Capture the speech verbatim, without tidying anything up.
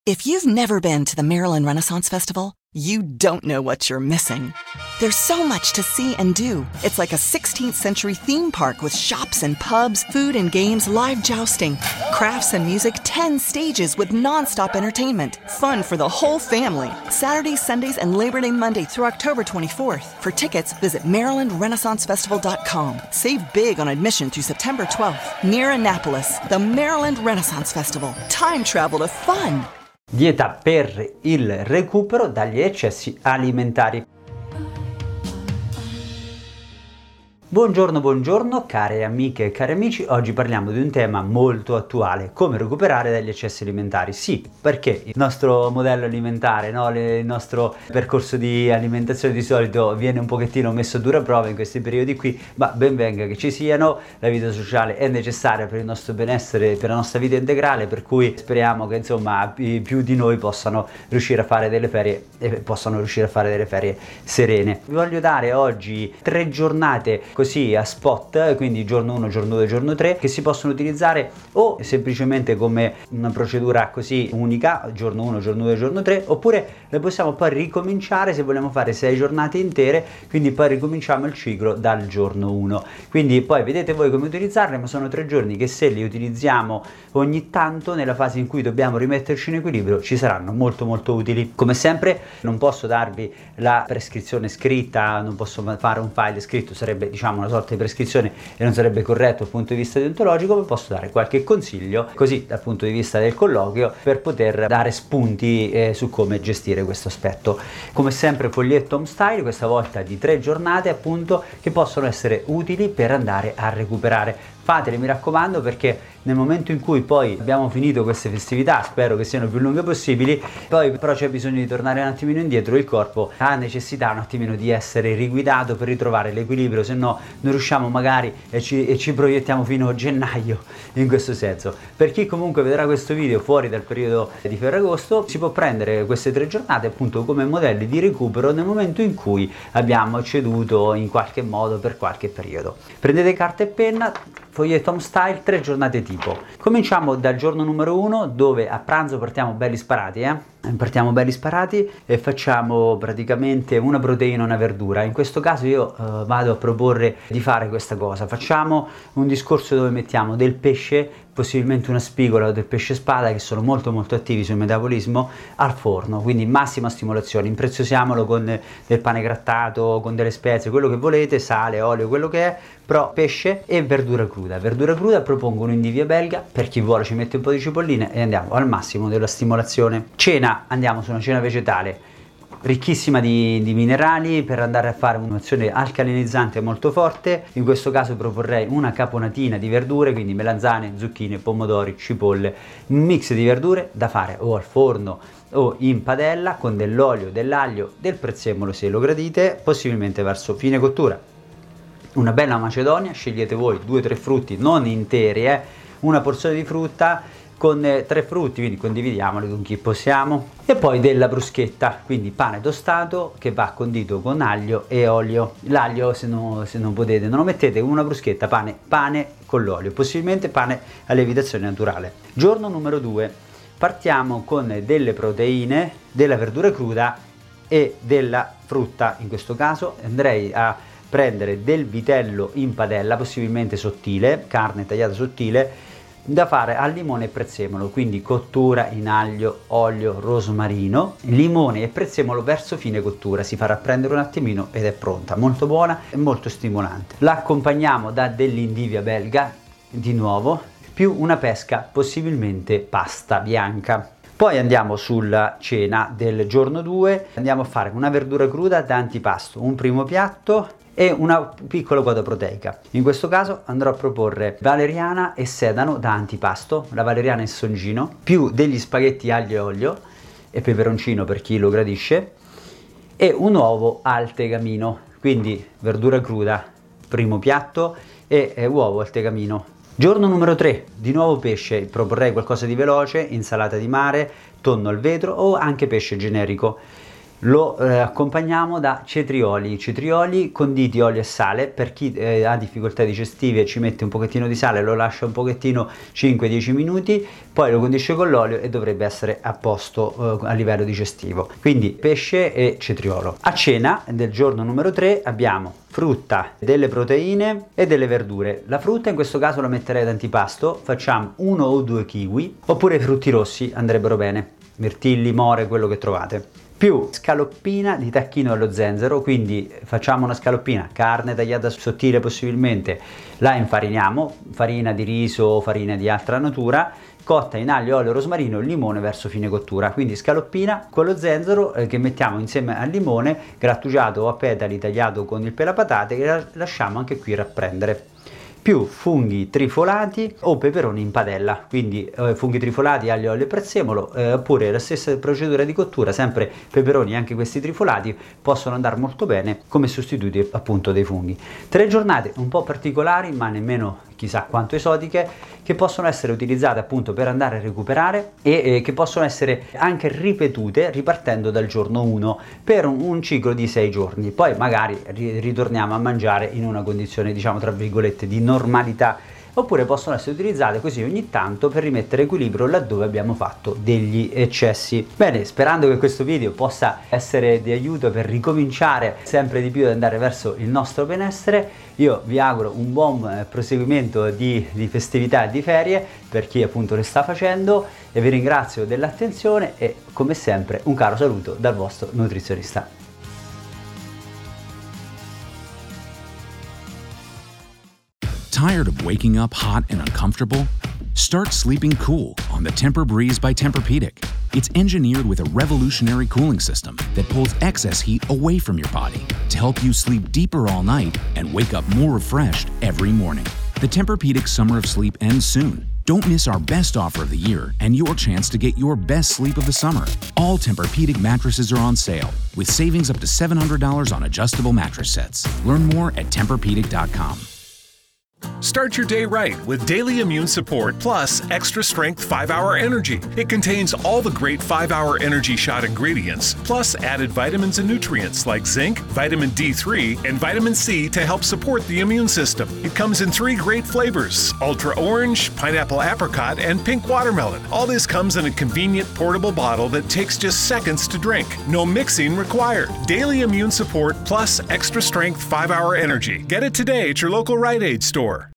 If you've never been to the Maryland Renaissance Festival, you don't know what you're missing. There's so much to see and do. It's like a sixteenth century theme park with shops and pubs, food and games, live jousting, crafts and music, ten stages with nonstop entertainment. Fun for the whole family. Saturdays, Sundays, and Labor Day Monday through October twenty-fourth. For tickets, visit maryland renaissance festival dot com. Save big on admission through September twelfth. Near Annapolis, the Maryland Renaissance Festival. Time travel to fun. Dieta per il recupero dagli eccessi alimentari. Buongiorno, buongiorno care amiche e cari amici, oggi parliamo di un tema molto attuale, come recuperare dagli eccessi alimentari. Sì, perché il nostro modello alimentare, no? il nostro percorso di alimentazione di solito viene un pochettino messo a dura prova in questi periodi qui, ma ben venga che ci siano, la vita sociale è necessaria per il nostro benessere, per la nostra vita integrale, per cui speriamo che insomma più di noi possano riuscire a fare delle ferie e possano riuscire a fare delle ferie serene. Vi voglio dare oggi tre giornate così a spot, quindi giorno uno, giorno due, giorno tre, che si possono utilizzare o semplicemente come una procedura così unica, giorno uno, giorno due, giorno tre, oppure le possiamo poi ricominciare se vogliamo fare sei giornate intere, quindi poi ricominciamo il ciclo dal giorno uno. Quindi poi vedete voi come utilizzarle, ma sono tre giorni che se li utilizziamo ogni tanto nella fase in cui dobbiamo rimetterci in equilibrio ci saranno molto molto utili. Come sempre non posso darvi la prescrizione scritta, non posso fare un file scritto, sarebbe diciamo una sorta di prescrizione e non sarebbe corretto dal punto di vista deontologico, ma posso dare qualche consiglio così dal punto di vista del colloquio per poter dare spunti eh, su come gestire questo aspetto. Come sempre foglietto home style, questa volta di tre giornate appunto che possono essere utili per andare a recuperare. Fatele, mi raccomando, perché nel momento in cui poi abbiamo finito queste festività, spero che siano più lunghe possibili, poi però c'è bisogno di tornare un attimino indietro, il corpo ha necessità un attimino di essere riguidato per ritrovare l'equilibrio, se no non riusciamo magari e ci, e ci proiettiamo fino a gennaio in questo senso. Per chi comunque vedrà questo video fuori dal periodo di Ferragosto, si può prendere queste tre giornate appunto come modelli di recupero nel momento in cui abbiamo ceduto in qualche modo per qualche periodo. Prendete carta e penna, foglietto home style, tre giornate tipo. Cominciamo dal giorno numero uno, dove a pranzo partiamo belli sparati, eh? Partiamo belli sparati e facciamo praticamente una proteina e una verdura. In questo caso io uh, vado a proporre di fare questa cosa. Facciamo un discorso dove mettiamo del pesce, possibilmente una spigola o del pesce spada, che sono molto molto attivi sul metabolismo, al forno, quindi massima stimolazione. Impreziosiamolo con del pane grattato, con delle spezie, quello che volete, sale, olio, quello che è, però pesce e verdura cruda. Verdura cruda propongo un'indivia belga, per chi vuole ci mette un po' di cipolline e andiamo al massimo della stimolazione. Cena, andiamo su una cena vegetale ricchissima di, di minerali per andare a fare un'azione alcalinizzante molto forte. In questo caso proporrei una caponatina di verdure, quindi melanzane, zucchine, pomodori, cipolle, un mix di verdure da fare o al forno o in padella con dell'olio, dell'aglio, del prezzemolo se lo gradite, possibilmente verso fine cottura. Una bella macedonia, scegliete voi due o tre frutti non interi, eh? Una porzione di frutta con eh, tre frutti, quindi condividiamoli con chi possiamo, e poi della bruschetta, quindi pane tostato che va condito con aglio e olio. L'aglio se, no, se non potete non lo mettete, una bruschetta, pane, pane con l'olio, possibilmente pane a lievitazione naturale. Giorno numero due, partiamo con delle proteine, della verdura cruda e della frutta. In questo caso andrei a prendere del vitello in padella, possibilmente sottile, carne tagliata sottile, da fare al limone e prezzemolo, quindi cottura in aglio, olio, rosmarino, limone e prezzemolo verso fine cottura, si farà prendere un attimino ed è pronta, molto buona e molto stimolante. La accompagniamo da dell'indivia belga, di nuovo, più una pesca, possibilmente pasta bianca. Poi andiamo sulla cena del giorno due, andiamo a fare una verdura cruda da antipasto, un primo piatto e una piccola quota proteica. In questo caso andrò a proporre valeriana e sedano da antipasto, la valeriana e songino, più degli spaghetti aglio e olio e peperoncino per chi lo gradisce, e un uovo al tegamino, quindi verdura cruda, primo piatto, e, e uovo al tegamino. Giorno numero tre, di nuovo pesce, proporrei qualcosa di veloce, insalata di mare, tonno al vetro o anche pesce generico. lo eh, accompagniamo da cetrioli, cetrioli conditi olio e sale. Per chi eh, ha difficoltà digestive ci mette un pochettino di sale, lo lascia un pochettino cinque dieci minuti, poi lo condisce con l'olio e dovrebbe essere a posto eh, a livello digestivo. Quindi pesce e cetriolo. A cena del giorno numero tre abbiamo frutta, delle proteine e delle verdure. La frutta in questo caso la metterei ad antipasto, facciamo uno o due kiwi, oppure i frutti rossi andrebbero bene, mirtilli, more, quello che trovate. Più scaloppina di tacchino allo zenzero, quindi facciamo una scaloppina, carne tagliata sottile possibilmente, la infariniamo, farina di riso o farina di altra natura, cotta in aglio, olio, rosmarino e limone verso fine cottura. Quindi scaloppina con lo zenzero eh, che mettiamo insieme al limone grattugiato o a petali tagliato con il pelapatate, che lasciamo anche qui rapprendere. Più funghi trifolati o peperoni in padella, quindi eh, funghi trifolati, aglio, olio e prezzemolo, eh, oppure la stessa procedura di cottura, sempre peperoni, anche questi trifolati possono andare molto bene come sostituti appunto dei funghi. Tre giornate un po' particolari, ma nemmeno chissà quanto esotiche, che possono essere utilizzate appunto per andare a recuperare e eh, che possono essere anche ripetute ripartendo dal giorno uno per un, un ciclo di sei giorni. Poi magari ri- ritorniamo a mangiare in una condizione, diciamo tra virgolette, di normalità, oppure possono essere utilizzate così ogni tanto per rimettere equilibrio laddove abbiamo fatto degli eccessi. Bene, sperando che questo video possa essere di aiuto per ricominciare sempre di più ad andare verso il nostro benessere, io vi auguro un buon proseguimento di, di festività e di ferie per chi appunto le sta facendo, e vi ringrazio dell'attenzione e come sempre un caro saluto dal vostro nutrizionista. Tired of waking up hot and uncomfortable? Start sleeping cool on the Tempur-Breeze by Tempur-Pedic. It's engineered with a revolutionary cooling system that pulls excess heat away from your body to help you sleep deeper all night and wake up more refreshed every morning. The Tempur-Pedic Summer of Sleep ends soon. Don't miss our best offer of the year and your chance to get your best sleep of the summer. All Tempur-Pedic mattresses are on sale, with savings up to seven hundred dollars on adjustable mattress sets. Learn more at Tempur Pedic dot com. Start your day right with Daily Immune Support Plus Extra Strength five hour Energy. It contains all the great five hour Energy Shot ingredients, plus added vitamins and nutrients like zinc, vitamin D three, and vitamin C to help support the immune system. It comes in three great flavors: Ultra Orange, Pineapple Apricot, and Pink Watermelon. All this comes in a convenient portable bottle that takes just seconds to drink. No mixing required. Daily Immune Support Plus Extra Strength five hour Energy. Get it today at your local Rite Aid store.